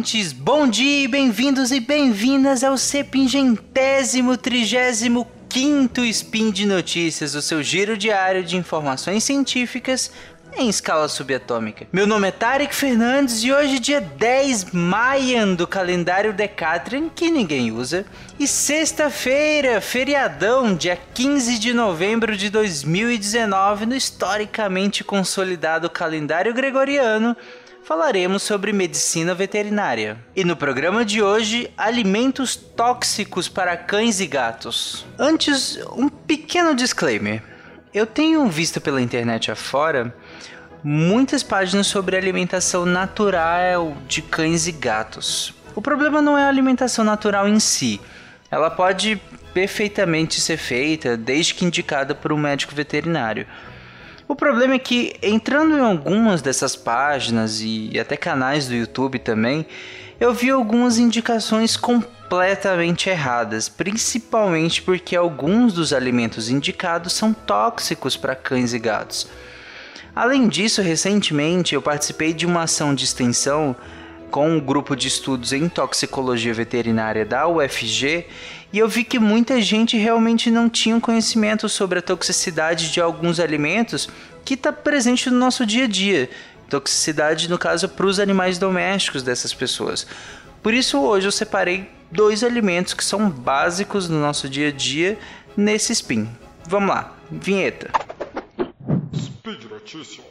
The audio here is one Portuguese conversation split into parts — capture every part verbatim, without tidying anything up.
ouvintes, bom dia e bem-vindos e bem-vindas ao sepingentésimo, trigésimo quinto Spin de Notícias, o seu giro diário de informações científicas em escala subatômica. Meu nome é Tarek Fernandes e hoje é dia dez Mayan do calendário Decatrian, que ninguém usa, e sexta-feira, feriadão, dia quinze de novembro de dois mil e dezenove, no historicamente consolidado calendário gregoriano, falaremos sobre medicina veterinária. E no programa de hoje, alimentos tóxicos para cães e gatos. Antes, um pequeno disclaimer. Eu tenho visto pela internet afora muitas páginas sobre alimentação natural de cães e gatos. O problema não é a alimentação natural em si. Ela pode perfeitamente ser feita desde que indicada por um médico veterinário. O problema é que, entrando em algumas dessas páginas e até canais do YouTube também, eu vi algumas indicações completamente erradas, principalmente porque alguns dos alimentos indicados são tóxicos para cães e gatos. Além disso, recentemente eu participei de uma ação de extensão com um grupo de estudos em toxicologia veterinária da U F G e eu vi que muita gente realmente não tinha um conhecimento sobre a toxicidade de alguns alimentos que está presente no nosso dia a dia. Toxicidade, no caso, para os animais domésticos dessas pessoas. Por isso, hoje eu separei dois alimentos que são básicos no nosso dia a dia nesse Spin. Vamos lá, vinheta. Speed Notícias.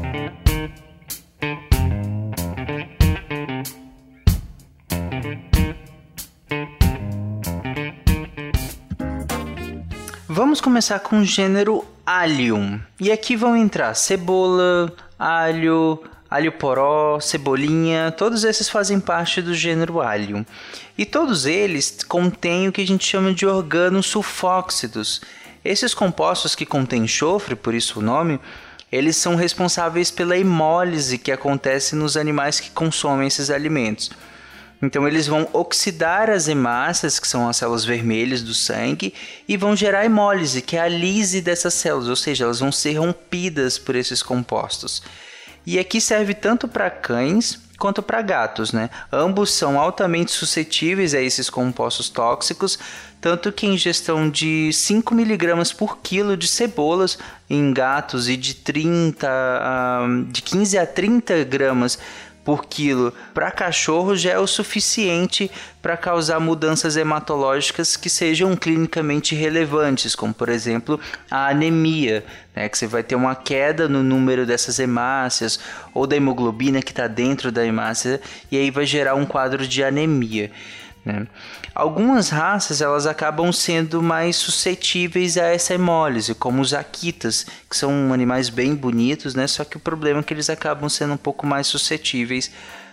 Vamos começar com o gênero Allium. E aqui vão entrar cebola, alho, alho poró, cebolinha, todos esses fazem parte do gênero Allium. E todos eles contêm o que a gente chama de organosulfóxidos. Esses compostos que contêm enxofre, por isso o nome, eles são responsáveis pela hemólise que acontece nos animais que consomem esses alimentos. Então eles vão oxidar as hemácias, que são as células vermelhas do sangue, e vão gerar hemólise, que é a lise dessas células, ou seja, elas vão ser rompidas por esses compostos. E aqui serve tanto para cães quanto para gatos, né? Ambos são altamente suscetíveis a esses compostos tóxicos, tanto que a ingestão de cinco miligramas por quilo de cebolas em gatos e de, trinta, de quinze a trinta gramas por quilo para cachorro já é o suficiente para causar mudanças hematológicas que sejam clinicamente relevantes, como por exemplo a anemia, né, que você vai ter uma queda no número dessas hemácias ou da hemoglobina que está dentro da hemácia e aí vai gerar um quadro de anemia. Né? Algumas raças elas acabam sendo mais suscetíveis a essa hemólise, como os Akitas, que são animais bem bonitos, né? Só que o problema é que eles acabam sendo um pouco mais suscetíveis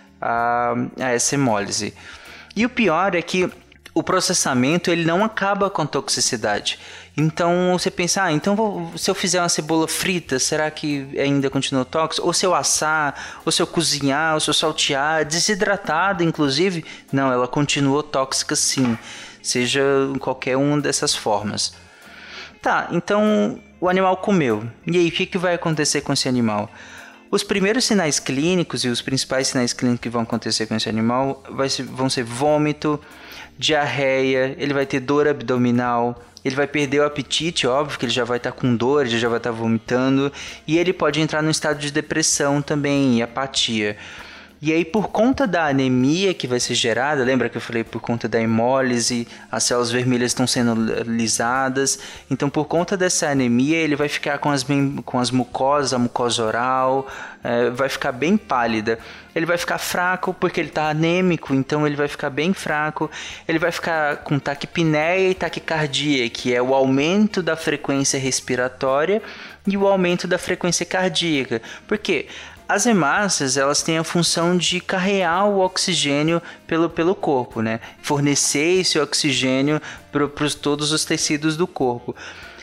a, a essa hemólise. E o pior é que o processamento ele não acaba com a toxicidade. Então você pensa, ah, então vou, se eu fizer uma cebola frita, será que ainda continua tóxico? Ou se eu assar, ou se eu cozinhar, ou se eu saltear, desidratada inclusive, não, ela continua tóxica sim, seja em qualquer uma dessas formas. Tá, então o animal comeu, e aí o que, que vai acontecer com esse animal? Os primeiros sinais clínicos e os principais sinais clínicos que vão acontecer com esse animal vai ser, vão ser vômito, diarreia, ele vai ter dor abdominal, ele vai perder o apetite, óbvio que ele já vai estar com dor, ele já vai estar vomitando, e ele pode entrar num estado de depressão também, e apatia. E aí, por conta da anemia que vai ser gerada, lembra que eu falei por conta da hemólise, as células vermelhas estão sendo lisadas, então por conta dessa anemia ele vai ficar com as, com as mucosas, a mucosa oral, é, vai ficar bem pálida. Ele vai ficar fraco porque ele está anêmico, então ele vai ficar bem fraco, ele vai ficar com taquipneia e taquicardia, que é o aumento da frequência respiratória e o aumento da frequência cardíaca. Por quê? As hemácias, elas têm a função de carregar o oxigênio pelo, pelo corpo, né? Fornecer esse oxigênio para todos os tecidos do corpo.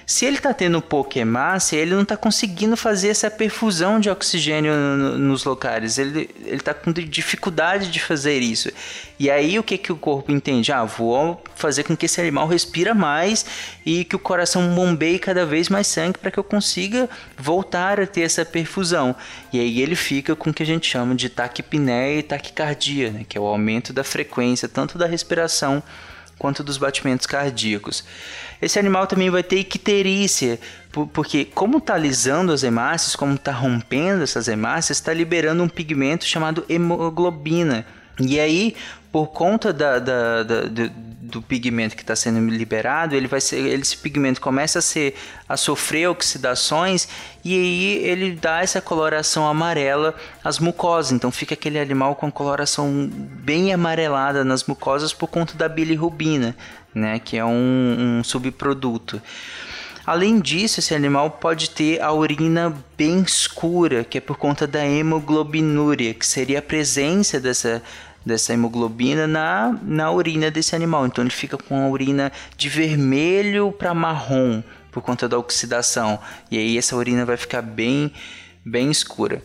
Se ele está tendo pouca hemácia, ele não está conseguindo fazer essa perfusão de oxigênio no, nos locais. Ele está com dificuldade de fazer isso. E aí o que, que o corpo entende? Ah, vou fazer com que esse animal respira mais e que o coração bombeie cada vez mais sangue para que eu consiga voltar a ter essa perfusão. E aí ele fica com o que a gente chama de taquipneia e taquicardia, né? Que é o aumento da frequência, tanto da respiração quanto dos batimentos cardíacos. Esse animal também vai ter icterícia, porque como está alisando as hemácias, como está rompendo essas hemácias, está liberando um pigmento chamado hemoglobina. E aí, por conta da, da, da, do, do pigmento que está sendo liberado, ele vai ser, esse pigmento começa a, ser, a sofrer oxidações e aí ele dá essa coloração amarela às mucosas. Então fica aquele animal com coloração bem amarelada nas mucosas por conta da bilirrubina, né, que é um, um subproduto. Além disso, esse animal pode ter a urina bem escura, que é por conta da hemoglobinúria, que seria a presença dessa dessa hemoglobina na, na urina desse animal. Então ele fica com a urina de vermelho para marrom por conta da oxidação. E aí essa urina vai ficar bem, bem escura.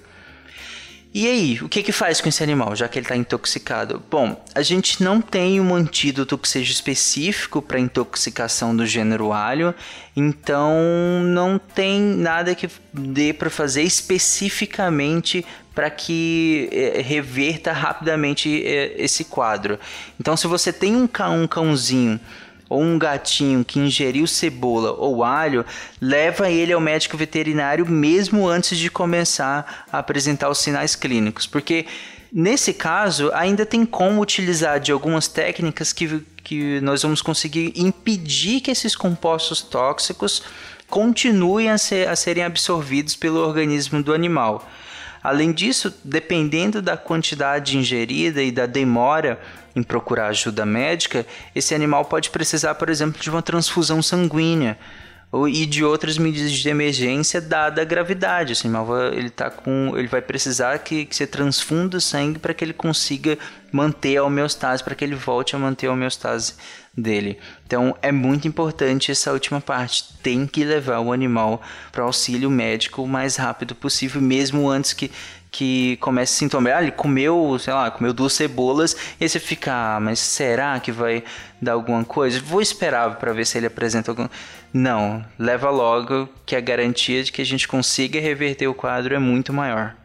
E aí, o que que faz com esse animal, já que ele está intoxicado? Bom, a gente não tem um antídoto que seja específico para intoxicação do gênero Allium, então não tem nada que dê para fazer especificamente para que é, reverta rapidamente é, esse quadro. Então, se você tem um, cão, um cãozinho ou um gatinho que ingeriu cebola ou alho, leva ele ao médico veterinário mesmo antes de começar a apresentar os sinais clínicos, porque nesse caso ainda tem como utilizar de algumas técnicas que, que nós vamos conseguir impedir que esses compostos tóxicos continuem a, ser, a serem absorvidos pelo organismo do animal. Além disso, dependendo da quantidade ingerida e da demora em procurar ajuda médica, esse animal pode precisar, por exemplo, de uma transfusão sanguínea ou, e de outras medidas de emergência dada a gravidade. Esse animal vai, ele tá com, ele vai precisar que, que você transfunda o sangue para que ele consiga manter a homeostase, para que ele volte a manter a homeostase dele. Então é muito importante essa última parte. Tem que levar o animal para auxílio médico o mais rápido possível, mesmo antes que que comece sintoma. Ah, ele comeu, sei lá, comeu duas cebolas, e aí você fica, ah, mas será que vai dar alguma coisa? Vou esperar para ver se ele apresenta algum... Não, leva logo, que a garantia de que a gente consiga reverter o quadro é muito maior.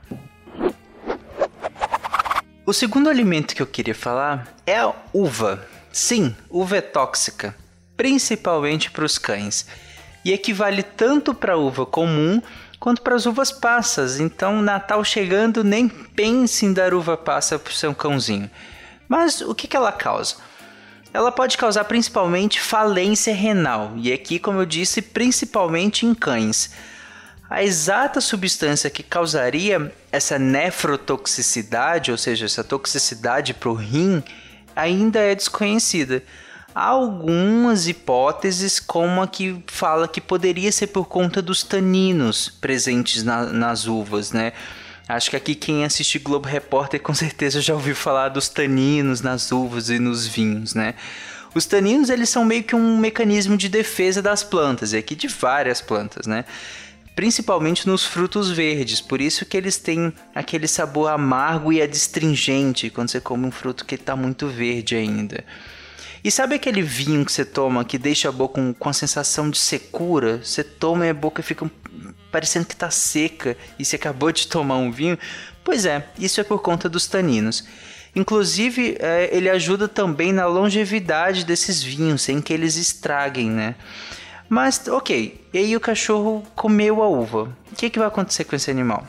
O segundo alimento que eu queria falar é a uva. Sim, uva é tóxica, principalmente para os cães, e equivale tanto para a uva comum quanto para as uvas passas. Então, Natal chegando, nem pense em dar uva passa para o seu cãozinho. Mas o que, que ela causa? Ela pode causar principalmente falência renal, e aqui, como eu disse, principalmente em cães. A exata substância que causaria essa nefrotoxicidade, ou seja, essa toxicidade para o rim, ainda é desconhecida. Há algumas hipóteses, como a que fala que poderia ser por conta dos taninos presentes na, nas uvas, né? Acho que aqui quem assiste Globo Repórter com certeza já ouviu falar dos taninos nas uvas e nos vinhos, né? Os taninos, eles são meio que um mecanismo de defesa das plantas, e aqui de várias plantas, né? Principalmente nos frutos verdes, por isso que eles têm aquele sabor amargo e adstringente quando você come um fruto que está muito verde ainda. E sabe aquele vinho que você toma que deixa a boca com, com a sensação de secura? Você toma e a boca fica parecendo que está seca e você acabou de tomar um vinho? Pois é, isso é por conta dos taninos. Inclusive, é, ele ajuda também na longevidade desses vinhos, sem que eles estraguem, né? Mas, ok, e aí o cachorro comeu a uva. O que, que vai acontecer com esse animal?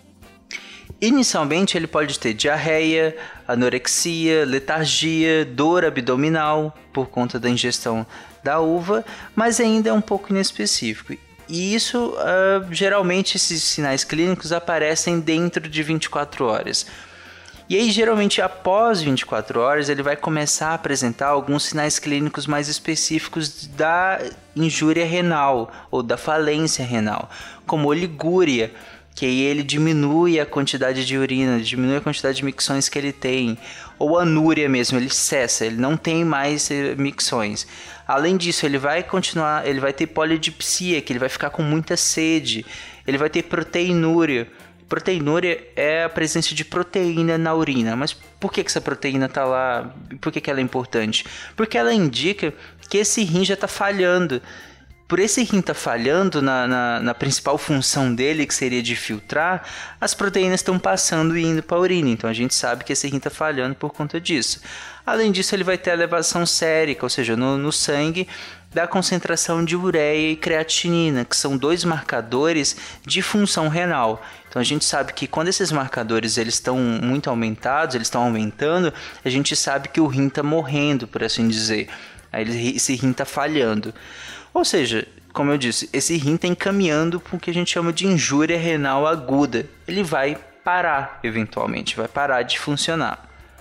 Inicialmente ele pode ter diarreia, anorexia, letargia, dor abdominal por conta da ingestão da uva, mas ainda é um pouco inespecífico. E isso, uh, geralmente esses sinais clínicos aparecem dentro de vinte e quatro horas. E aí, geralmente, após vinte e quatro horas, ele vai começar a apresentar alguns sinais clínicos mais específicos da injúria renal ou da falência renal, como oligúria, que aí ele diminui a quantidade de urina, diminui a quantidade de micções que ele tem, ou anúria mesmo, ele cessa, ele não tem mais micções. Além disso, ele vai continuar, ele vai ter polidipsia, que ele vai ficar com muita sede, ele vai ter proteinúria. Proteinúria é a presença de proteína na urina. Mas por que essa proteína está lá? Por que ela é importante? Porque ela indica que esse rim já está falhando. Por esse rim estar tá falhando na, na, na principal função dele, que seria de filtrar, as proteínas estão passando e indo para a urina. Então a gente sabe que esse rim está falhando por conta disso. Além disso, ele vai ter elevação sérica, ou seja, no, no sangue, da concentração de ureia e creatinina, que são dois marcadores de função renal. Então a gente sabe que quando esses marcadores eles estão muito aumentados, eles estão aumentando, a gente sabe que o rim está morrendo, por assim dizer. Aí esse rim está falhando. Ou seja, como eu disse, esse rim está encaminhando para o que a gente chama de injúria renal aguda. Ele vai parar eventualmente, vai parar de funcionar.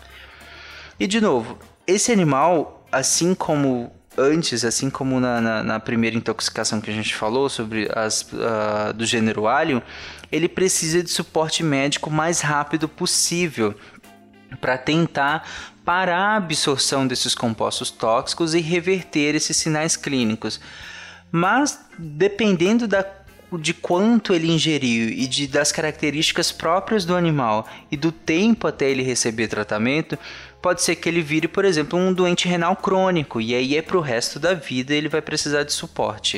E de novo, esse animal, assim como antes, assim como na, na, na primeira intoxicação que a gente falou sobre as uh, do gênero Allium, ele precisa de suporte médico o mais rápido possível para tentar parar a absorção desses compostos tóxicos e reverter esses sinais clínicos. Mas dependendo da de quanto ele ingeriu e de, das características próprias do animal e do tempo até ele receber tratamento, pode ser que ele vire, por exemplo, um doente renal crônico, e aí é para o resto da vida ele vai precisar de suporte.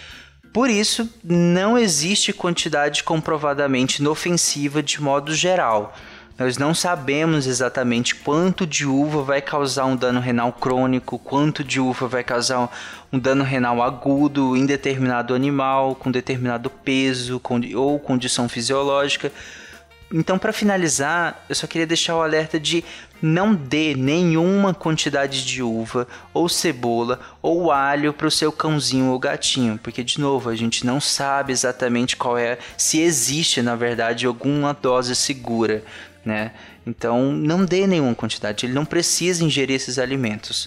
Por isso, não existe quantidade comprovadamente inofensiva de modo geral. Nós não sabemos exatamente quanto de uva vai causar um dano renal crônico, quanto de uva vai causar um dano renal agudo em determinado animal, com determinado peso ou condição fisiológica. Então, para finalizar, eu só queria deixar o alerta de não dê nenhuma quantidade de uva, ou cebola, ou alho para o seu cãozinho ou gatinho, porque, de novo, a gente não sabe exatamente qual é, se existe, na verdade, alguma dose segura, né? Então, não dê nenhuma quantidade, ele não precisa ingerir esses alimentos.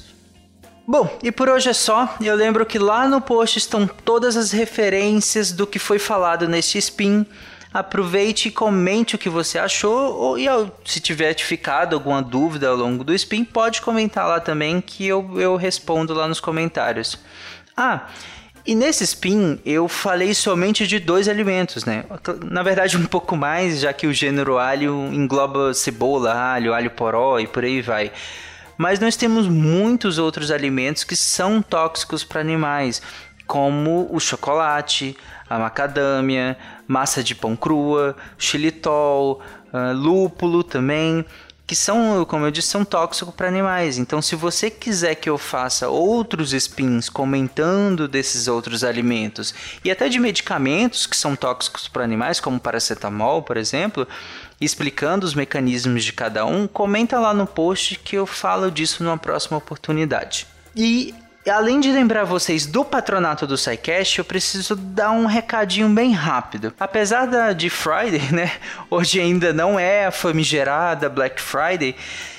Bom, e por hoje é só. Eu lembro que lá no post estão todas as referências do que foi falado neste spin. Aproveite e comente o que você achou, ou e se tiver ficado alguma dúvida ao longo do spin, pode comentar lá também que eu, eu respondo lá nos comentários. Ah, e nesse spin eu falei somente de dois alimentos, né? Na verdade um pouco mais, já que o gênero alho engloba cebola, alho, alho poró e por aí vai. Mas nós temos muitos outros alimentos que são tóxicos para animais, como o chocolate, a macadâmia, massa de pão crua, xilitol, uh, lúpulo também, que são, como eu disse, são tóxicos para animais. Então, se você quiser que eu faça outros spins comentando desses outros alimentos e até de medicamentos que são tóxicos para animais, como paracetamol, por exemplo, explicando os mecanismos de cada um, comenta lá no post que eu falo disso numa próxima oportunidade. E além de lembrar vocês do patronato do SciCast, eu preciso dar um recadinho bem rápido. Apesar da de Friday, né, hoje ainda não é a famigerada Black Friday,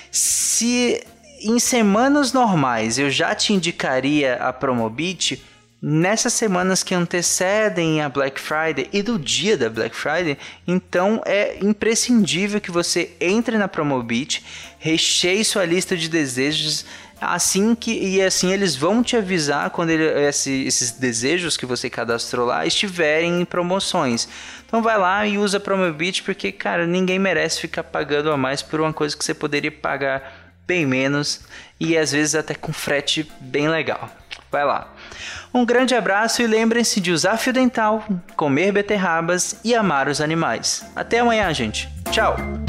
se em semanas normais eu já te indicaria a Promobit, nessas semanas que antecedem a Black Friday e do dia da Black Friday, então é imprescindível que você entre na Promobit, recheie sua lista de desejos, assim que e assim eles vão te avisar quando ele, esse, esses desejos que você cadastrou lá estiverem em promoções. Então vai lá e usa a Promobit, porque, cara, ninguém merece ficar pagando a mais por uma coisa que você poderia pagar bem menos e às vezes até com frete bem legal. Vai lá. Um grande abraço e lembrem-se de usar fio dental, comer beterrabas e amar os animais. Até amanhã, gente. Tchau!